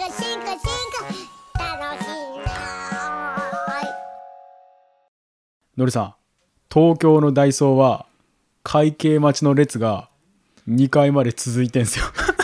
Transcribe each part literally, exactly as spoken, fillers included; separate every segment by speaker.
Speaker 1: 進化進化楽しいな。
Speaker 2: のりさん、東京のダイソーは会計待ちの列がにかいまで続いてんすよ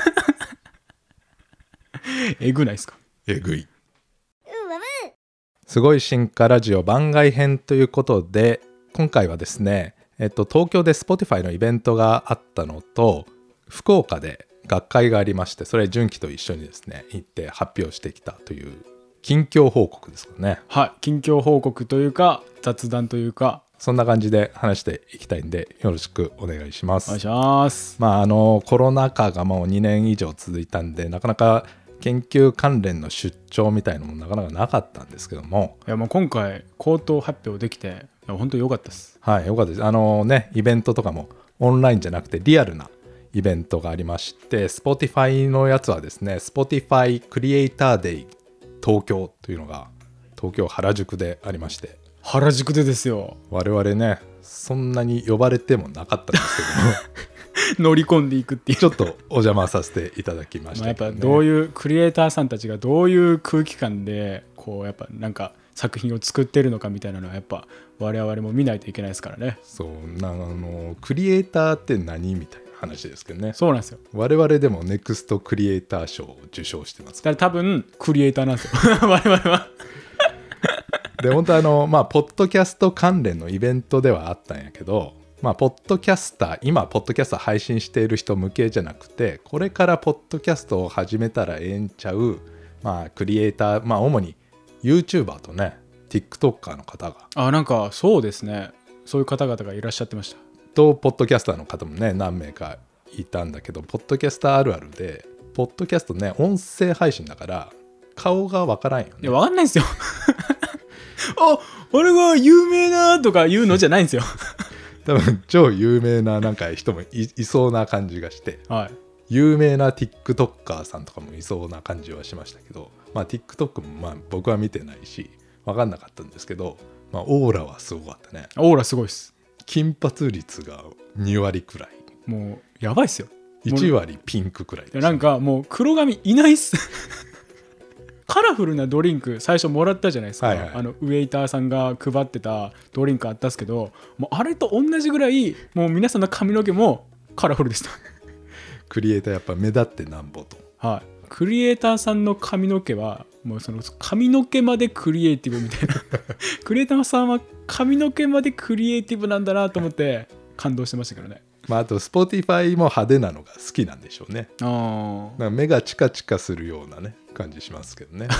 Speaker 2: えぐないですか？
Speaker 3: えぐい。
Speaker 1: うわう
Speaker 3: すごい進化ラジオ番外編ということで、今回はですね、えっと、東京で Spotify のイベントがあったのと、福岡で学会がありまして、それ純喜と一緒にですね行って発表してきたという近況報告ですかね。
Speaker 2: はい、近況報告というか雑談というか、
Speaker 3: そんな感じで話していきたいんでよろしくお願いします。
Speaker 2: お願いします。
Speaker 3: まああのコロナ禍がもうにねん以上続いたんで、なかなか研究関連の出張みたいのもなかなかなかったんですけども、
Speaker 2: いやもう今回口頭発表できて本当に良かったです。
Speaker 3: はい、よかったです。あのね、イベントとかもオンラインじゃなくてリアルなイベントがありまして、 Spotify のやつはですね Spotify クリエイターデイ東京というのが東京原宿でありまして、
Speaker 2: 原宿でですよ。
Speaker 3: 我々ねそんなに呼ばれてもなかったんですけども
Speaker 2: 乗り込んでいくっていう
Speaker 3: ちょっとお邪魔させていただきまし
Speaker 2: まあや
Speaker 3: たけど、ね、
Speaker 2: っぱどういうクリエイターさんたちがどういう空気感でこうやっぱなんか作品を作ってるのかみたいなのはやっぱ我々も見ないといけないですからね。
Speaker 3: そうなあのクリエイターって何みたいな話ですけどね。
Speaker 2: そうなんですよ。
Speaker 3: 我々でもネクストクリエイター賞を受賞してます
Speaker 2: だから多分クリエイターなんですよ我々は
Speaker 3: で本当あのまあポッドキャスト関連のイベントではあったんやけど、まあポッドキャスター今ポッドキャスト配信している人向けじゃなくて、これからポッドキャストを始めたらええんちゃう、まあクリエイター、まあ主に YouTuber とね TikToker の方が
Speaker 2: あ、なんかそうですね、そういう方々がいらっしゃってました。
Speaker 3: とポッドキャスターの方もね何名かいたんだけど、ポッドキャスターあるあるで、ポッドキャストね音声配信だから顔がわからんよね。
Speaker 2: いや分かんないんですよあ、俺が有名なとか言うのじゃないんですよ
Speaker 3: 多分超有名ななんか人も い, いそうな感じがして、
Speaker 2: はい、
Speaker 3: 有名な TikToker さんとかもいそうな感じはしましたけど、まあ TikTok もまあ僕は見てないし分かんなかったんですけど、まあオーラはすごかったね。
Speaker 2: オーラすごいです。
Speaker 3: 金髪率がにわりくらい、
Speaker 2: もうやばいっすよ。
Speaker 3: いちわりピンクくらいでした、ね、
Speaker 2: なんかもう黒髪いないっすカラフルなドリンク最初もらったじゃないですか、
Speaker 3: はいはい、
Speaker 2: あのウェイターさんが配ってたドリンクあったっすけど、もうあれと同じぐらいもう皆さんの髪の毛もカラフルでした
Speaker 3: クリエイターやっぱ目立ってなんぼと、
Speaker 2: はい、クリエイターさんの髪の毛はもうその髪の毛までクリエイティブみたいなクリエイターさんは髪の毛までクリエイティブなんだなと思って感動してましたけどね。
Speaker 3: まあ、あと Spotify も派手なのが好きなんでしょうね。
Speaker 2: あ
Speaker 3: なんか目がチカチカするようなね感じしますけどね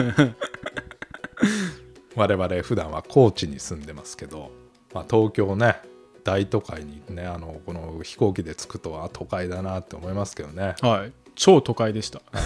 Speaker 3: 我々普段は高知に住んでますけど、まあ、東京ね大都会にねあのこの飛行機で着くとは都会だなって思いますけどね。
Speaker 2: はい、超都会でした、はい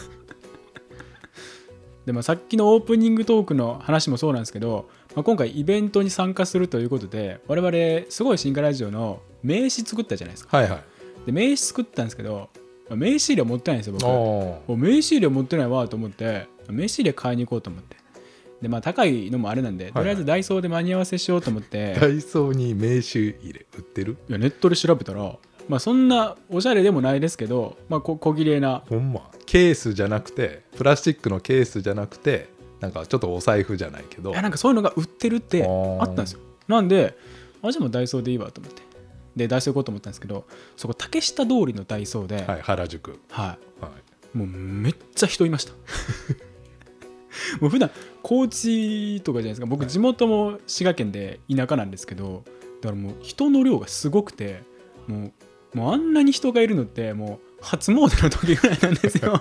Speaker 2: でもさっきのオープニングトークの話もそうなんですけど、まあ、今回イベントに参加するということで我々すごい進化ラジオの名刺作ったじゃないですか。
Speaker 3: はいはい。
Speaker 2: で名刺作ったんですけど、まあ、名刺入れ持ってないんですよ僕。
Speaker 3: お
Speaker 2: もう名刺入れ持ってないわと思って名刺入れ買いに行こうと思って、でまあ高いのもあれなんで、とりあえずダイソーで間に合わせしようと思って、
Speaker 3: ダイソーに名刺入れ売ってる？
Speaker 2: いやネットで調べたら、まあそんなおしゃれでもないですけど、まあこ小綺麗な
Speaker 3: ほんまケースじゃなくて、プラスチックのケースじゃなくて、なんかちょっとお財布じゃないけど、
Speaker 2: いやなんかそういうのが売ってるってあったんですよ。なんであじゃあもうダイソーでいいわと思って、でダイソー行こうと思ったんですけど、そこ竹下通りのダイソーで、
Speaker 3: はい、原宿、
Speaker 2: はい
Speaker 3: はい、
Speaker 2: もうめっちゃ人いましたもう普段高知とかじゃないですか。僕地元も滋賀県で田舎なんですけど、だからもう人の量がすごくて、もう、もうあんなに人がいるのってもう初詣の時ぐらいなんですよ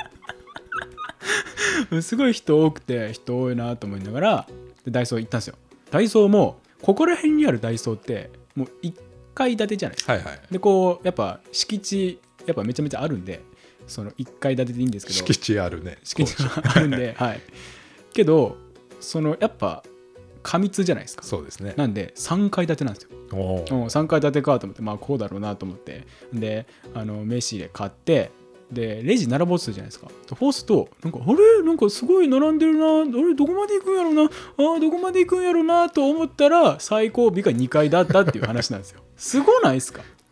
Speaker 2: すごい人多くて、人多いなと思いながらでダイソー行ったんですよ。ダイソーもここら辺にあるダイソーってもういっかい建てじゃないですか、
Speaker 3: はいはい、
Speaker 2: でこうやっぱ敷地やっぱめちゃめちゃあるんで、そのいっかい建てでいいんですけど、
Speaker 3: 敷地あるね、
Speaker 2: 敷地があるんではいけどそのやっぱ過密じゃないですか。
Speaker 3: そうですね。
Speaker 2: なんでさんかい建てなんですよ。おさんかい建てかと思って、まあこうだろうなと思って、であの名刺入れ買って、でレジ並ぼうとするじゃないですか。そうするとなんかあれなんかすごい並んでるな、あれどこまで行くんやろうな、あどこまで行くんやろうなと思ったら最後尾がにかいだったっていう話なんですよ。すごないですか？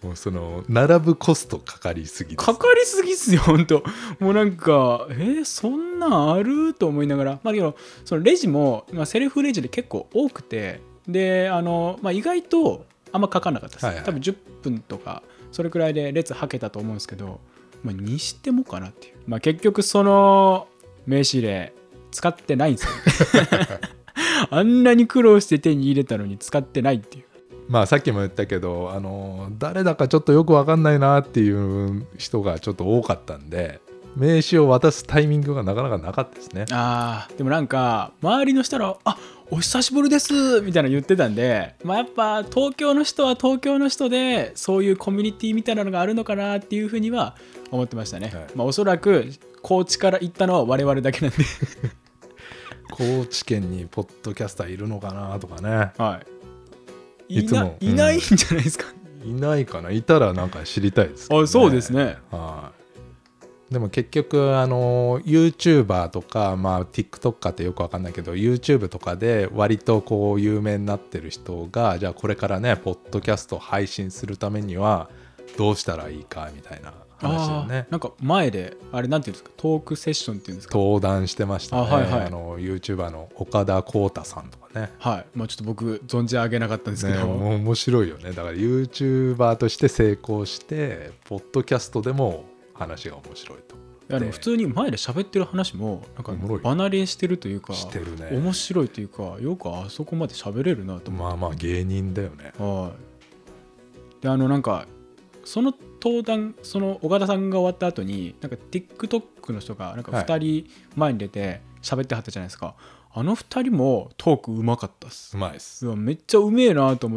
Speaker 3: もうその並ぶコストかかりすぎです、
Speaker 2: かかりすぎっすよ本当。もうなんかえー、そんなんあると思いながら、まあけどそのレジも、まあ、セルフレジで結構多くて、であの、まあ、意外とあんまかかんなかったです、はいはい、多分じゅっぷんとかそれくらいで列はけたと思うんですけど、まあ、にしてもかなっていう、まあ、結局その名刺入れ使ってないんですよあんなに苦労して手に入れたのに使ってないっていう。
Speaker 3: まあさっきも言ったけど、あの誰だかちょっとよく分かんないなっていう人がちょっと多かったんで、名刺を渡すタイミングがなかなかなかったですね。
Speaker 2: あーでもなんか周りの人らあお久しぶりですみたいなの言ってたんで、まあ、やっぱ東京の人は東京の人でそういうコミュニティみたいなのがあるのかなっていうふうには思ってましたね、はい。まあ、おそらく高知から行ったのは我々だけなんで
Speaker 3: 高知県にポッドキャスターいるのかなとかね、
Speaker 2: はい、い,
Speaker 3: いつも
Speaker 2: いないんじゃないですか、
Speaker 3: うん、いないかな。いたらなんか知りたいですけど、ね、
Speaker 2: あそうですね、
Speaker 3: はい。でも結局あの YouTuber とか、まあ、TikTok ってよくわかんないけど YouTube とかで割とこう有名になってる人が、じゃあこれからねポッドキャストを配信するためにはどうしたらいいかみたいな話をね、
Speaker 2: なんか前であれなんていうんですか、トークセッションっていうんですか、
Speaker 3: 登壇してましたね。あ、はいはい、あの YouTuber の岡田浩太さんとかね、はい、
Speaker 2: まあ、ちょっと僕存じ上げなかったんですけど、ね、
Speaker 3: もう面白いよね。だから YouTuber として成功してポッドキャストでも話が面白いと。
Speaker 2: いやでも普通に前で喋ってる話もなんか離れしてるというか、
Speaker 3: してるね、
Speaker 2: 面白いというか、よくあそこまで喋れるなと思って。
Speaker 3: まあまあ芸人だよね。
Speaker 2: はい。であのなんかその登壇、その岡田さんが終わった後になんか TikTok の人がなんかふたり前に出て喋ってはったじゃないですか、はい、あのふたりもトークうまかったっす。
Speaker 3: うまいっす。
Speaker 2: めっちゃうめえなと思って、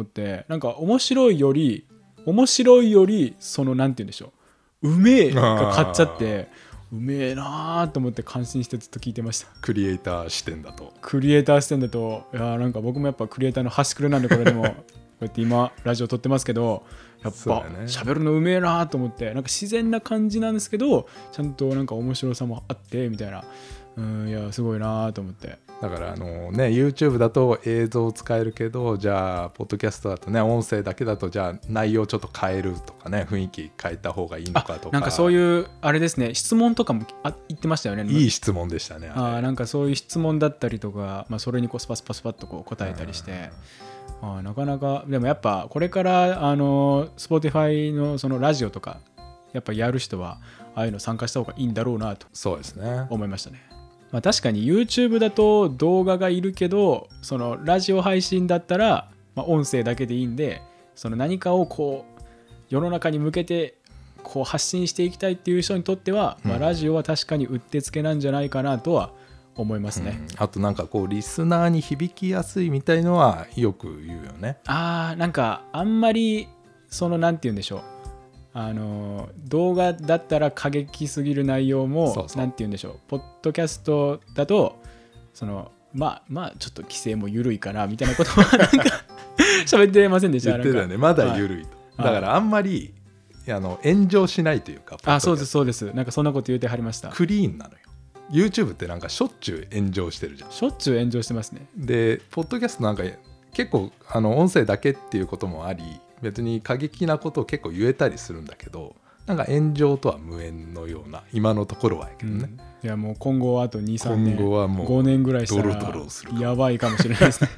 Speaker 2: なんか面白いより面白いよりそのなんて言うんでしょう、うめえが勝っちゃってうめえなと思って感心してずっと聞いてました。
Speaker 3: クリエイター視点だと
Speaker 2: クリエイター視点だといやなんか僕もやっぱクリエイターの端くれなんで、これでもこうやって今ラジオ撮ってますけど、やっぱ喋るのうめえなと思って、なんか自然な感じなんですけどちゃんとなんか面白さもあってみたいな、うん、いやすごいなと思って。
Speaker 3: だからあのね YouTube だと映像を使えるけど、じゃあポッドキャストだとね音声だけだと、じゃあ内容ちょっと変えるとかね、雰囲気変えた方がいいのかとか、
Speaker 2: なんかそういうあれですね、質問とかもあ言ってましたよね。
Speaker 3: いい質問でしたね。
Speaker 2: ああなんかそういう質問だったりとか、まあ、それにこうスパスパスパッとこう答えたりして、あなかなかでもやっぱこれからあの Spotify のそのラジオとかやっぱやる人はああいうの参加した方がいいんだろうなと
Speaker 3: そうですね
Speaker 2: 思いましたね。まあ、確かに YouTube だと動画がいるけど、そのラジオ配信だったら、まあ、音声だけでいいんで、その何かをこう世の中に向けてこう発信していきたいっていう人にとっては、うんまあ、ラジオは確かにうってつけなんじゃないかなとは思いますね、
Speaker 3: うん、あとなんかこうリスナーに響きやすいみたいのはよく言うよね。
Speaker 2: あーなんかあんまりそのなんて言うんでしょう、あの動画だったら過激すぎる内容もそうそうなんて言うんでしょう、ポッドキャストだとそのまあまあちょっと規制も緩いかなみたいなことはなんか喋ってませんでした。
Speaker 3: 言ってたよね、まだ緩いと、はい、だからあんまりあの炎上しないというか、
Speaker 2: あそうですそうです、なんかそんなこと言ってはりました。
Speaker 3: クリーンなのよ。 YouTube ってなんかしょっちゅう炎上してるじゃん。
Speaker 2: しょっちゅう炎上してますね。
Speaker 3: でポッドキャストなんか結構あの音声だけっていうこともあり、別に過激なことを結構言えたりするんだけど、なんか炎上とは無縁のような今のところはやけどね、
Speaker 2: うん、いやもう今後あと に,さん 年
Speaker 3: 今後はもう
Speaker 2: ごねんぐらいしたら
Speaker 3: ドロドロする
Speaker 2: やばいかもしれないですね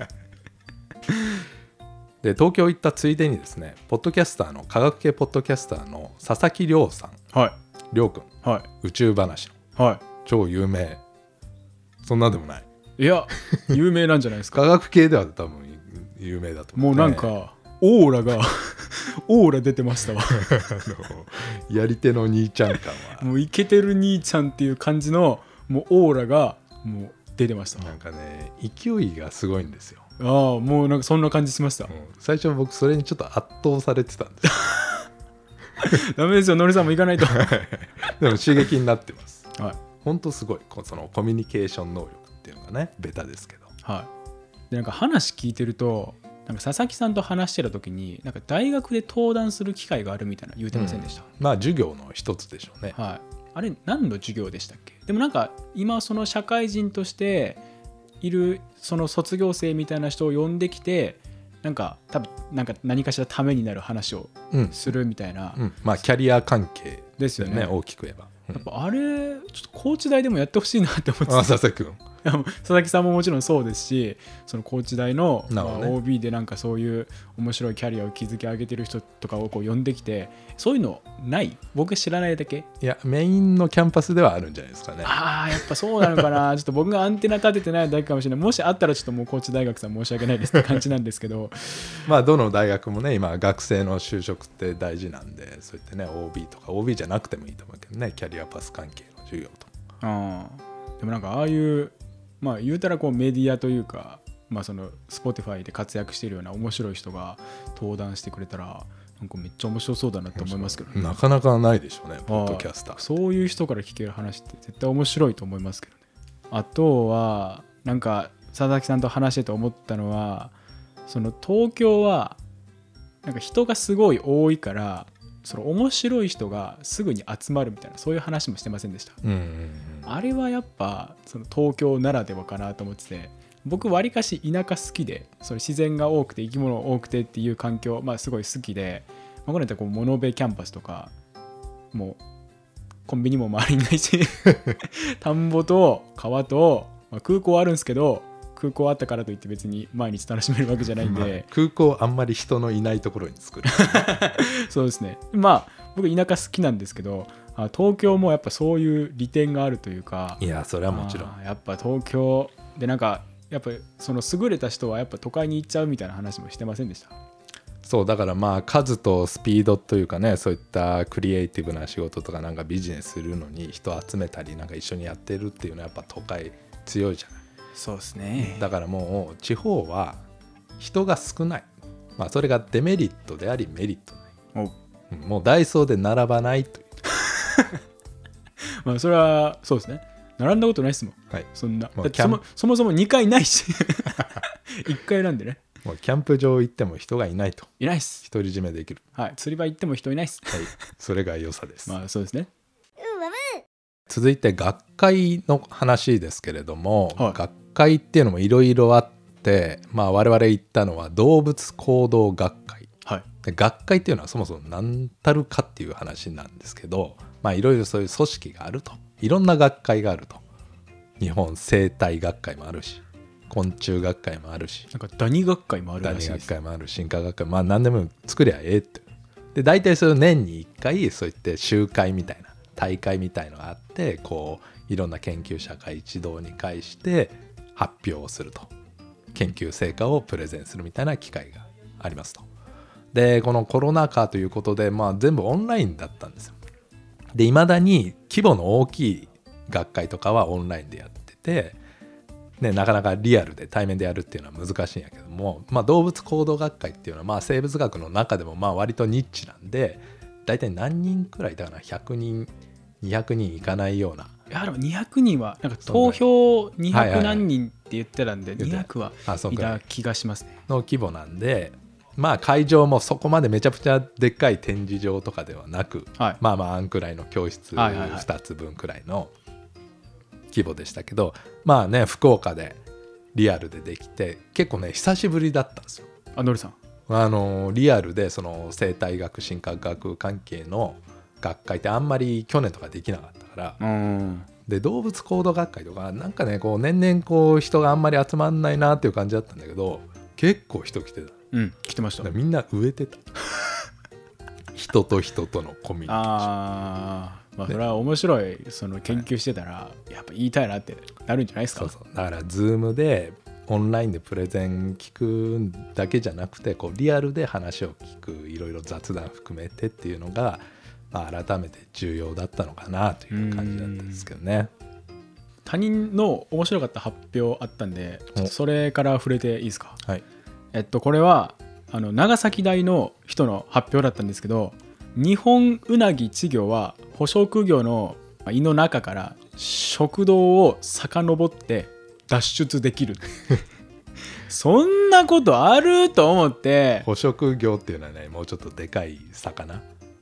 Speaker 3: で東京行ったついでにですね、ポッドキャスターの科学系ポッドキャスターの佐々木亮さん、
Speaker 2: はい
Speaker 3: 亮君、はい、宇宙話の、はい、超有名、そんなでもない、
Speaker 2: いや有名なんじゃないですか
Speaker 3: 科学系では多分有名だと思う、ね、
Speaker 2: もうなんかオーラがオーラ出てましたわ
Speaker 3: あのやり手の兄ちゃん感は
Speaker 2: もうイケてる兄ちゃんっていう感じのもうオーラがもう出てました。
Speaker 3: なんかね勢いがすごいんですよ。
Speaker 2: ああもうなんかそんな感じしました、うん、
Speaker 3: 最初僕それにちょっと圧倒されてたんです
Speaker 2: ダメですよ、のりさんも行かないと
Speaker 3: でも刺激になってます、
Speaker 2: はい、
Speaker 3: ほんとすごいそのコミュニケーション能力っていうのがねベタですけど、
Speaker 2: はい、でなんか話聞いてるとなんか佐々木さんと話してた時になんか大学で登壇する機会があるみたいな言うてませんでした、うん、
Speaker 3: まあ授業の一つでしょうね、
Speaker 2: はい、あれ何の授業でしたっけ。でもなんか今その社会人としているその卒業生みたいな人を呼んできて、 なんか多分なんか何かしらためになる話を
Speaker 3: うん
Speaker 2: するみたいな、
Speaker 3: うん、まあキャリア関係
Speaker 2: ですよね。
Speaker 3: 大きく言えば、うん、
Speaker 2: やっぱあれちょっとコーチ大でもやってほしいなって思って
Speaker 3: あ佐々木君
Speaker 2: 佐々木さんももちろんそうですし、そのコーチ大の、まあ、
Speaker 3: なるほどね
Speaker 2: オービー でなんかそういう面白いキャリアを築き上げてる人とかをこう呼んできて、そういうのない僕知らないだけ。
Speaker 3: いやメインのキャンパスではあるんじゃないですかね。
Speaker 2: ああやっぱそうなのかなちょっと僕がアンテナ立ててないだけかもしれない。もしあったらちょっともう高知大学さん申し訳ないですって感じなんですけど
Speaker 3: まあどの大学もね今学生の就職って大事なんで、そういってね オービー とか オービー じゃなくてもいいと思うけどね、キャリアパス関係の授業と
Speaker 2: あでもなんかああいうまあ言うたらこうメディアというか、まあその Spotify で活躍しているような面白い人が登壇してくれたらなんかめっちゃ面白そうだなって思いますけどね。
Speaker 3: なかなかないでしょうねポッドキャスター。
Speaker 2: そういう人から聞ける話って絶対面白いと思いますけどね。あとはなんか佐々木さんと話してて思ったのは、その東京はなんか人がすごい多いからその面白い人がすぐに集まるみたいな、そういう話もしてませんでした？
Speaker 3: うんうんうん
Speaker 2: あれはやっぱその東京ならではかなと思ってて、僕わりかし田舎好きで、その自然が多くて生き物多くてっていう環境、まあ、すごい好きで、まあ、これだったらこうモノベキャンパスとかもうコンビニも周りにないし田んぼと川と、まあ、空港あるんですけど、空港あったからといって別に毎日楽しめるわけじゃないんで、
Speaker 3: まあ、空港あんまり人のいないところに作る
Speaker 2: そうですね。まあ僕田舎好きなんですけど、あ東京もやっぱそういう利点があるというか、
Speaker 3: いやそれはもちろん
Speaker 2: あやっぱ東京でなんかやっぱその優れた人はやっぱ都会に行っちゃうみたいな話もしてませんでした？
Speaker 3: そうだからまあ数とスピードというかね、そういったクリエイティブな仕事とかなんかビジネスするのに人集めたりなんか一緒にやってるっていうのはやっぱ都会強いじゃない。
Speaker 2: そうですね。
Speaker 3: だからもう地方は人が少ない、まあそれがデメリットでありメリットない。
Speaker 2: お
Speaker 3: もうダイソーで並ばないという
Speaker 2: まあそれはそうですね。並んだことないですもん、
Speaker 3: はい、
Speaker 2: そんな。
Speaker 3: もう
Speaker 2: だってそもそもそもにかいないしいっかいなんでね。
Speaker 3: もうキャンプ場行っても人がいないと、
Speaker 2: いないっす。
Speaker 3: 独り占めできる、
Speaker 2: はい、釣り場行っても人いないっす。
Speaker 3: はい、それが良さです。
Speaker 2: まあそうですね。
Speaker 1: うわう
Speaker 3: 続いて学会の話ですけれども、
Speaker 2: はい、
Speaker 3: 学会っていうのもいろいろあって、まあ、我々行ったのは動物行動学会、
Speaker 2: はい、
Speaker 3: で学会っていうのはそもそも何たるかっていう話なんですけど、まあいろいろそういう組織があると、いろんな学会があると、日本生態学会もあるし昆虫学会もあるし、
Speaker 2: なんかダニ学会もある
Speaker 3: ダ
Speaker 2: らしいです。
Speaker 3: ニ学会もある、進化学会、まあ何でも作りゃええって。で大体それを年にいっかいそういって集会みたいな大会みたいのがあって、こういろんな研究者が一堂に会して発表をすると、研究成果をプレゼンするみたいな機会がありますと。でこのコロナ禍ということで、まあ、全部オンラインだったんですよ。でいまだに規模の大きい学会とかはオンラインでやってて、ね、なかなかリアルで対面でやるっていうのは難しいんやけども、まあ、動物行動学会っていうのはまあ生物学の中でもまあ割とニッチなんで、大体何人くらいだかな、ひゃくにんにひゃくにんいかないような。
Speaker 2: いやでもにひゃくにんはなんか投票にひゃく
Speaker 3: はいはいはい
Speaker 2: 何人って言ってたんで、にひゃくは
Speaker 3: あそん
Speaker 2: い
Speaker 3: くらい
Speaker 2: た気がしますね。
Speaker 3: の規模なんで、まあ会場もそこまでめちゃくちゃでっかい展示場とかではなく、
Speaker 2: はい、
Speaker 3: まあまああんくらいの教室
Speaker 2: はいはいはい
Speaker 3: ふたつぶんくらいの規模でしたけど、まあね福岡でリアルでできて結構ね久しぶりだったんですよ。
Speaker 2: あのりさん
Speaker 3: あのリアルでその生態学進化学関係の学会ってあんまり去年とかできなかったから、
Speaker 2: うん
Speaker 3: で動物行動学会とかなんかねこう年々こう人があんまり集まんないなっていう感じだったんだけど、結構人来てた。
Speaker 2: うん来てました。
Speaker 3: みんな植えてた人と人とのコミュニケーション。
Speaker 2: あまあそれは面白い、その研究してたらやっぱ言いたいなってなるんじゃないですか。
Speaker 3: そうそう、だからズームでオンラインでプレゼン聞くだけじゃなくて、こうリアルで話を聞く、いろいろ雑談含めてっていうのが、まあ、改めて重要だったのかなという感じだったんですけどね。
Speaker 2: 他人の面白かった発表あったんで、ちょっとそれから触れていいですか。
Speaker 3: はい、
Speaker 2: えっとこれはあの長崎大の人の発表だったんですけど、日本ウナギ稚魚は捕食魚の胃の中から食道を遡って脱出できるそんなことあると思って。
Speaker 3: 捕食魚っていうのはね、もうちょっとでかい魚、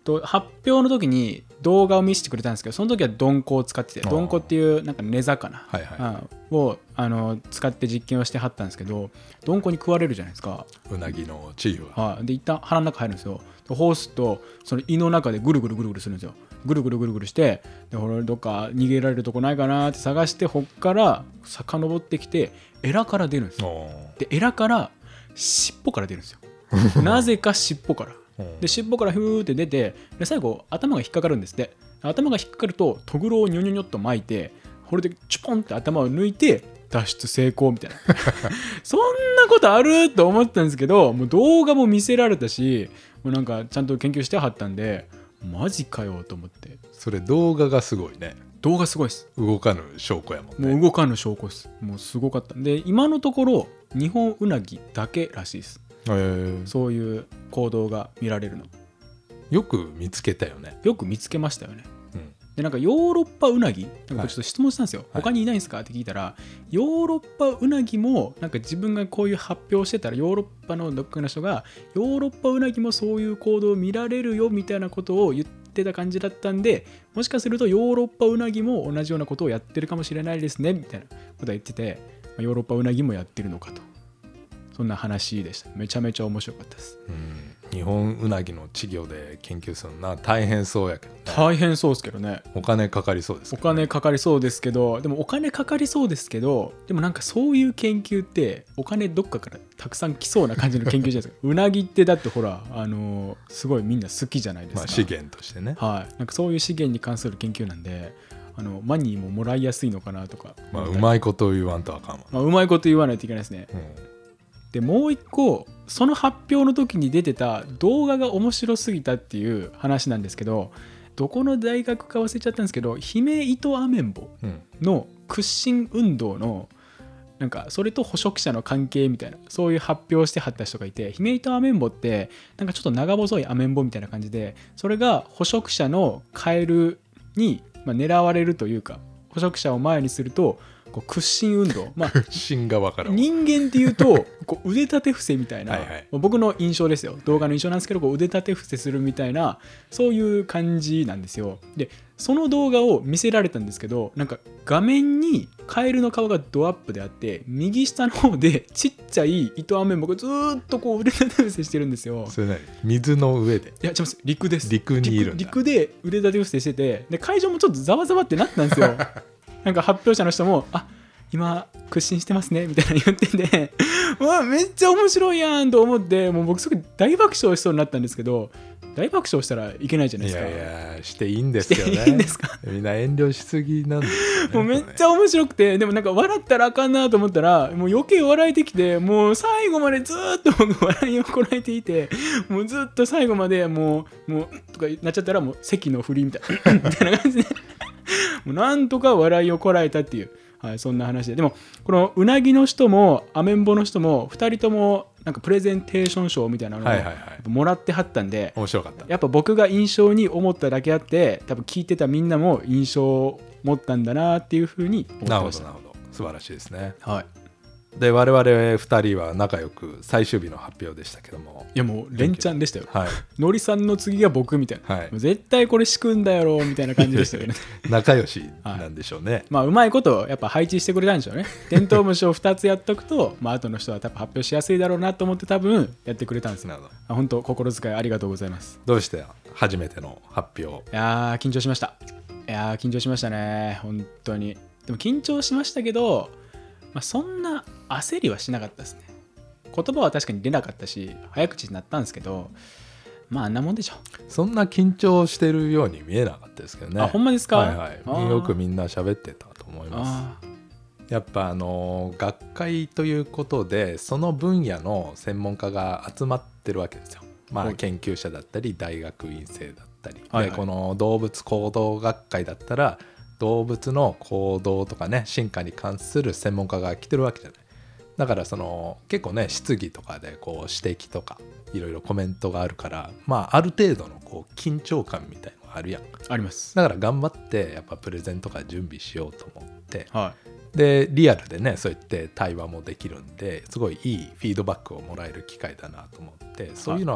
Speaker 2: と発表の時に動画を見せてくれたんですけど、その時はドンコを使ってて、
Speaker 3: あー
Speaker 2: ドンコっていうなんか根魚、
Speaker 3: はいはい、
Speaker 2: うんをあの使って実験をしてはったんですけど、ドンコに食われるじゃないですか。
Speaker 3: うなぎの稚魚は、
Speaker 2: はい、で一旦腹の中入るんですよ。でホースとその胃の中でぐるぐるぐるぐるするんですよ。ぐるぐるぐるぐるして、でほらどっか逃げられるとこないかなって探して、ほっから遡ってきてエラから出るんですよ。
Speaker 3: おー
Speaker 2: でエラから尻尾から出るんですよ。なぜか尻尾からで尻尾からふーって出て、で最後頭が引っかかるんですって。頭が引っかかるとトグロをニョニョニョっと巻いて、これでチュポンって頭を抜いて脱出成功みたいなそんなことあると思ったんですけど、もう動画も見せられたし、もうなんかちゃんと研究してはったんで、マジかよと思って。
Speaker 3: それ動画がすごいね。
Speaker 2: 動画すごいです。
Speaker 3: 動かぬ証拠やもんね。
Speaker 2: もう動かぬ証拠です。もうすごかったで、今のところ日本ウナギだけらしいです。
Speaker 3: へー
Speaker 2: そういう行動が見られるの
Speaker 3: よく見つけたよね。
Speaker 2: よく見つけましたよね。
Speaker 3: うん
Speaker 2: でなんかヨーロッパウナギなんかちょっと質問したんですよ、
Speaker 3: はい
Speaker 2: 他にいないんですかって聞いたら、ヨーロッパウナギもなんか自分がこういう発表してたら、ヨーロッパのどっかの人がヨーロッパウナギもそういう行動を見られるよみたいなことを言ってた感じだったんで、もしかするとヨーロッパウナギも同じようなことをやってるかもしれないですねみたいなことを言ってて、ヨーロッパウナギもやってるのかと、そんな話でした。めちゃめちゃ面白かったです。
Speaker 3: うん、日本ウナギの稚魚で研究するのは大変そうやけどね。
Speaker 2: 大変そうですけどね。
Speaker 3: お金かかりそうです
Speaker 2: お
Speaker 3: けどね。
Speaker 2: 金かかりそうですけど、でもお金かかりそうですけど、でもなんかそういう研究ってお金どっかからたくさん来そうな感じの研究じゃないですか。うなぎってだってほら、あのーすごいみんな好きじゃないですか。
Speaker 3: まあ、資源としてね。
Speaker 2: はい。なんかそういう資源に関する研究なんで、あのマニーももらいやすいのかなとか。
Speaker 3: まあ、うまいこと言わんとあかんわ。
Speaker 2: まあ、うまいこと言わないといけないですね。
Speaker 3: うん
Speaker 2: でもう一個、その発表の時に出てた動画が面白すぎたっていう話なんですけど、どこの大学か忘れちゃったんですけど、姫糸アメンボ
Speaker 3: うん
Speaker 2: の屈伸運動のなんかそれと捕食者の関係みたいな、そういう発表をしてはった人がいて、姫糸アメンボってなんかちょっと長細いアメンボみたいな感じで、それが捕食者のカエルにまあ狙われるというか、捕食者を前にするとこう屈伸運動、まあ
Speaker 3: 芯がわからん。
Speaker 2: 人間っていうとこう腕立て伏せみたいな
Speaker 3: はいはい
Speaker 2: 僕の印象ですよ、動画の印象なんですけど、こう腕立て伏せするみたいなそういう感じなんですよ。でその動画を見せられたんですけど、なんか画面にカエルの顔がドアップであって、右下の方でちっちゃい糸アメンボがずーっとこう腕立て伏せしてるんですよ。
Speaker 3: それ何、水の上で。
Speaker 2: いや違います、陸です。
Speaker 3: 陸にいるんだ。
Speaker 2: 陸陸で腕立て伏せしてて、で会場もちょっとざわざわってなったんですよなんか発表者の人も、あ今屈伸してますねみたいな言っててうわめっちゃ面白いやんと思って、もう僕すぐ大爆笑しそうになったんですけど、大爆笑したらいけないじゃない
Speaker 3: い
Speaker 2: ですか。
Speaker 3: やいや、していいんですよね。
Speaker 2: していいんですか。
Speaker 3: みんな遠慮しすぎなんですよね。
Speaker 2: もうめっちゃ面白くて、でもなんか笑ったらあかんなと思ったら、もう余計笑えてきて、もう最後までずーっと僕笑いをこらえていて、もうずっと最後までもうもうとかなっちゃったら、もう席の振りみたいなみたいな感じでもうなんとか笑いをこらえたっていう、はい、そんな話で。でもこのうなぎの人もアメンボの人もふたりともなんかプレゼンテーション賞みたいなのを
Speaker 3: はいはいはい
Speaker 2: もらってはったんで、
Speaker 3: 面白かった。
Speaker 2: やっぱ僕が印象に思っただけあって、多分聞いてたみんなも印象を持ったんだなっていうふうに思って
Speaker 3: なるほ
Speaker 2: ました。
Speaker 3: どなるほど、素晴らしいですね。
Speaker 2: はい
Speaker 3: で我々ふたりは仲良く最終日の発表でしたけども、
Speaker 2: いやもう連チャンでしたよ。
Speaker 3: はい
Speaker 2: のりさんの次が僕みたいな、
Speaker 3: はい
Speaker 2: もう絶対これ仕組んだやろみたいな感じでしたけどね
Speaker 3: 仲良しなんでしょうね。
Speaker 2: まあうまいことやっぱ配置してくれたんでしょうね。テントウムシをふたつやっとくと、まあ後の人は多分発表しやすいだろうなと思って多分やってくれたんですよ。
Speaker 3: なるほど。
Speaker 2: あ本当心遣いありがとうございます。
Speaker 3: どうして初めての発表。
Speaker 2: いやー緊張しました。いやー緊張しましたね本当に。でも緊張しましたけど、まあ、そんな焦りはしなかったですね。言葉は確かに出なかったし早口になったんですけど、まああんなもんでしょ。
Speaker 3: そんな緊張してるように見えなかったですけどね。
Speaker 2: あほんまですか。
Speaker 3: はいはい
Speaker 2: あー
Speaker 3: よくみんな喋ってたと思います。
Speaker 2: あ
Speaker 3: やっぱあの学会ということでその分野の専門家が集まってるわけですよ。まあ
Speaker 2: はい
Speaker 3: 研究者だったり大学院生だったり、
Speaker 2: はいはい
Speaker 3: でこの動物行動学会だったら動物の行動とかね進化に関する専門家が来てるわけじゃない。だからその結構ね質疑とかでこう指摘とかいろいろコメントがあるから、まあある程度のこう緊張感みたいのがあるやん。
Speaker 2: ーあります。
Speaker 3: だから頑張ってやっぱプレゼンとか準備しようと思って
Speaker 2: は
Speaker 3: でリアルでねそうやって対話もできるんですごいいいフィードバックをもらえる機会だなと思って、そういうのは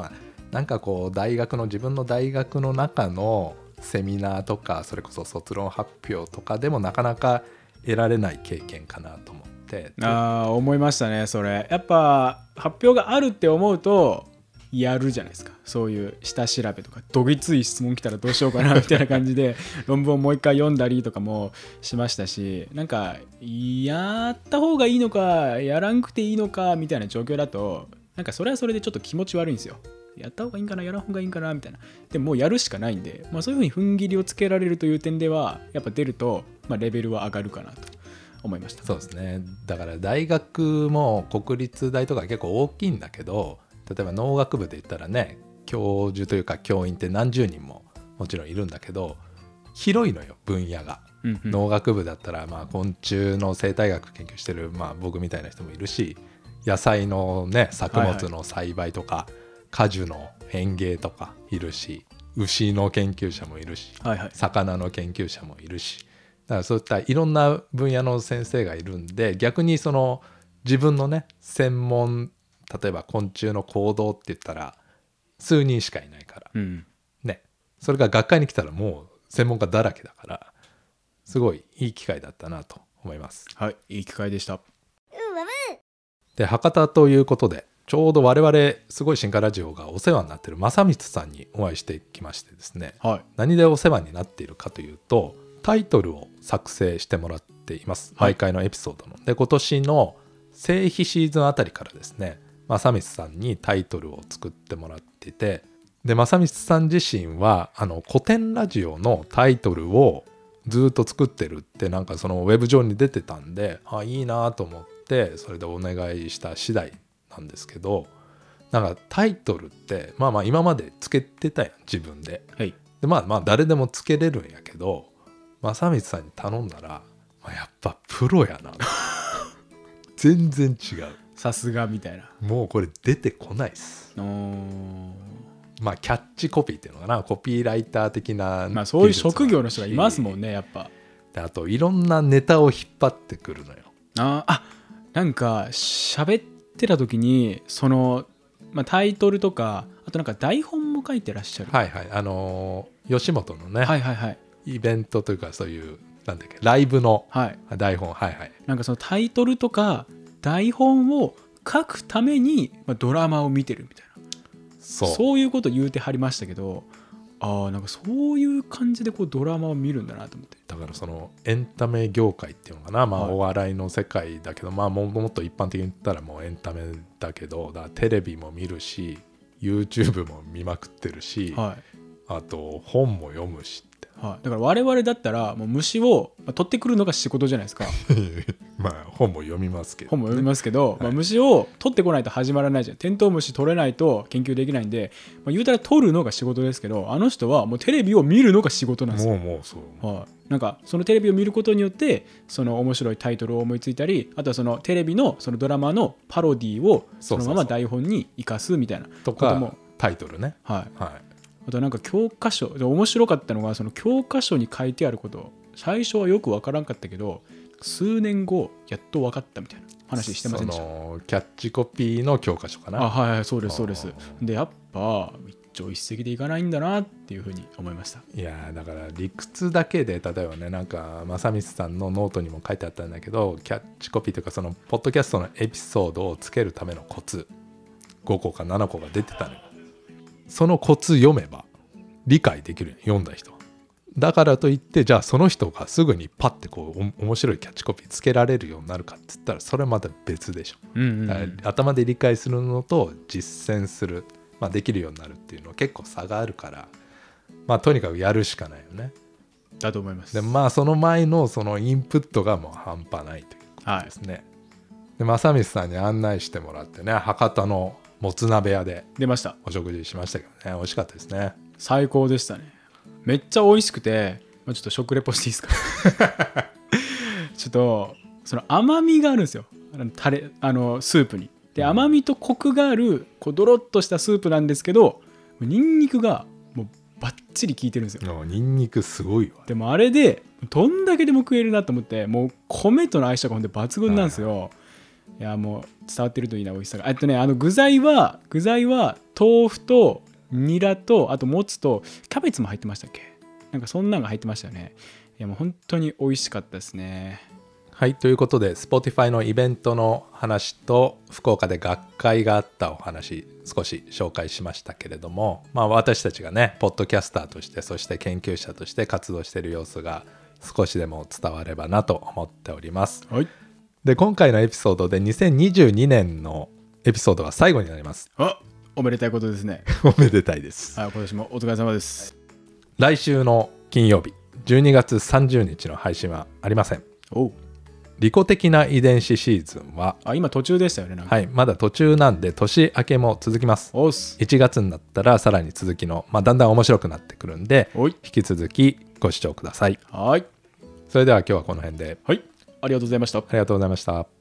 Speaker 3: なんかこう大学の自分の大学の中のセミナーとかそれこそ卒論発表とかでもなかなか得られない経験かなと思って。
Speaker 2: ああ思いましたねそれ。やっぱ発表があるって思うとやるじゃないですか。そういう下調べとかどぎつい質問来たらどうしようかなみたいな感じで論文をもう一回読んだりとかもしましたし、なんかやった方がいいのかやらんくていいのかみたいな状況だとなんかそれはそれでちょっと気持ち悪いんですよ。やった方がいいんかなやらん方がいいんかなみたいな。でももうやるしかないんで、まあ、そういうふうに踏ん切りをつけられるという点ではやっぱ出ると、まあ、レベルは上がるかなと思いました。
Speaker 3: そうですね。だから大学も国立大とか結構大きいんだけど、例えば農学部で言ったらね教授というか教員って何十人ももちろんいるんだけど広いのよ分野が、うんうん、農学部だったらまあ昆虫の生態学研究してる、まあ、僕みたいな人もいるし、野菜のね作物の栽培とか、はいはい、果樹の園芸とかいるし、牛の研究者もいるし、はいはい、魚の研究者もいるし、だからそういったいろんな分野の先生がいるんで、逆にその自分のね専門、例えば昆虫の行動って言ったら数人しかいないから、うんね、それが学会に来たらもう専門家だらけだからすごいいい機会だったなと思います。
Speaker 2: はい、いい機会でした。
Speaker 3: で博多ということでちょうど我々すごい進化ラジオがお世話になっている正光さんにお会いしてきましてですね、はい、何でお世話になっているかというとタイトルを作成してもらっています、はい、毎回のエピソードの。で今年の成否シーズンあたりからですね正光さんにタイトルを作ってもらっていて、で正光さん自身はあの古典ラジオのタイトルをずっと作ってるってなんかそのウェブ上に出てたんで、あいいなと思ってそれでお願いした次第なんですけど、なんかタイトルってまあまあ今までつけてたやん自分で、はい、でまあまあ誰でもつけれるんやけど正光さんに頼んだら、まあ、やっぱプロやな全然違う、
Speaker 2: さすがみたいな、
Speaker 3: もうこれ出てこないっす。まあキャッチコピーっていうのかな、コピーライター的な、
Speaker 2: まあそういう職業の人がいますもんねやっぱ。
Speaker 3: であといろんなネタを引っ張ってくるのよ。
Speaker 2: ああなんか喋ってた時にその、まあ、タイトルとかあとなんか台本も書いてらっしゃる。
Speaker 3: はいはい、あのー、吉本のね、
Speaker 2: はいはいはい、
Speaker 3: イベントというかそういうなんだっけライブの台本、はい、はいはい、
Speaker 2: なんかそのタイトルとか台本を書くために、まあ、ドラマを見てるみたいな、そう、そういうこと言うてはりましたけど、ああなんかそういう感じでこうドラマを見るんだなと思って。
Speaker 3: だからそのエンタメ業界っていうのかな、まあお笑いの世界だけど、はい、まあももっと一般的に言ったらもうエンタメだけど、だからテレビも見るし YouTube も見まくってるし、はい、あと本も読むしって、
Speaker 2: はい、だから我々だったらもう虫を取ってくるのが仕事じゃないですか
Speaker 3: まあ本も読みますけど、ね、
Speaker 2: 本も読みますけど、はい、まあ、虫を取ってこないと始まらないじゃん。テントウムシ取れないと研究できないんで、まあ、言うたら取るのが仕事ですけど、あの人はもうテレビを見るのが仕事なんですよ。
Speaker 3: もうもうそう、
Speaker 2: はい、なんかそのテレビを見ることによってその面白いタイトルを思いついたり、あとはそのテレビのそのドラマのパロディをそのまま台本に生かすみたいなことも、
Speaker 3: とかタイトルね、
Speaker 2: はい、はい、あとなんか教科書で面白かったのがその教科書に書いてあること、最初はよく分からんかったけど数年後やっと分かったみたいな話してませんでした？
Speaker 3: そのキャッチコピーの教科書かな。
Speaker 2: あ、はいはい、そうですそうです。でやっぱ一朝一夕でいかないんだなっていうふうに思いました。
Speaker 3: いやだから理屈だけで、例えばね、なんか正光さんのノートにも書いてあったんだけど、キャッチコピーというかそのポッドキャストのエピソードをつけるためのコツごこかななこが出てたのよ。そのコツ読めば理解できるよ、読んだ人は。だからといってじゃあその人がすぐにパッてこう面白いキャッチコピーつけられるようになるかって言ったらそれはまた別でしょ、うんうんうん、だから頭で理解するのと実践する、まあ、できるようになるっていうのは結構差があるから、まあとにかくやるしかないよね。
Speaker 2: だと思います。
Speaker 3: でまあその前のそのインプットがもう半端ないということですね、はい、で正光さんに案内してもらってね、博多のもつ鍋屋で
Speaker 2: 出ました。
Speaker 3: お食事しましたけどね、美味しかったですね。
Speaker 2: 最高でしたね。めっちゃ美味しくて、ちょっと食レポしていいですかちょっとその甘みがあるんですよ、タレあのスープに。で甘みとコクがあるこうドロッとしたスープなんですけど、ニンニクがもうバッチリ効いてるんですよ。
Speaker 3: ニンニクすごいわ。
Speaker 2: でもあれでどんだけでも食えるなと思って、もう米との相性がほんで抜群なんですよ、はいはい、いやもう伝わってるといいな美味しさが。あとね、あの具材は具材は豆腐とニラとあともつとキャベツも入ってましたっけ？なんかそんなのが入ってましたよね。いやもう本当に美味しかったですね。
Speaker 3: はい、ということで Spotify のイベントの話と福岡で学会があったお話少し紹介しましたけれども、まあ、私たちがねポッドキャスターとしてそして研究者として活動している様子が少しでも伝わればなと思っております。
Speaker 2: はい。
Speaker 3: で今回のエピソードでにせんにじゅうにねんのエピソードが最後になります。
Speaker 2: あ、おめでたいことですね。
Speaker 3: おめでたいです。
Speaker 2: あ、今年もお疲れ様です。
Speaker 3: 来週の金曜日じゅうにがつさんじゅうにちの配信はありません。
Speaker 2: おう。
Speaker 3: 利己的な遺伝子シーズンは
Speaker 2: あ、今途中でしたよね。なんか
Speaker 3: はい、まだ途中なんで年明けも続きます。
Speaker 2: おっす。
Speaker 3: いちがつになったらさらに続きの、まあ、だんだん面白くなってくるんで
Speaker 2: おい。
Speaker 3: 引き続きご視聴ください。
Speaker 2: はい。
Speaker 3: それでは今日はこの辺で
Speaker 2: はい。ありがとうございました。
Speaker 3: ありがとうございました。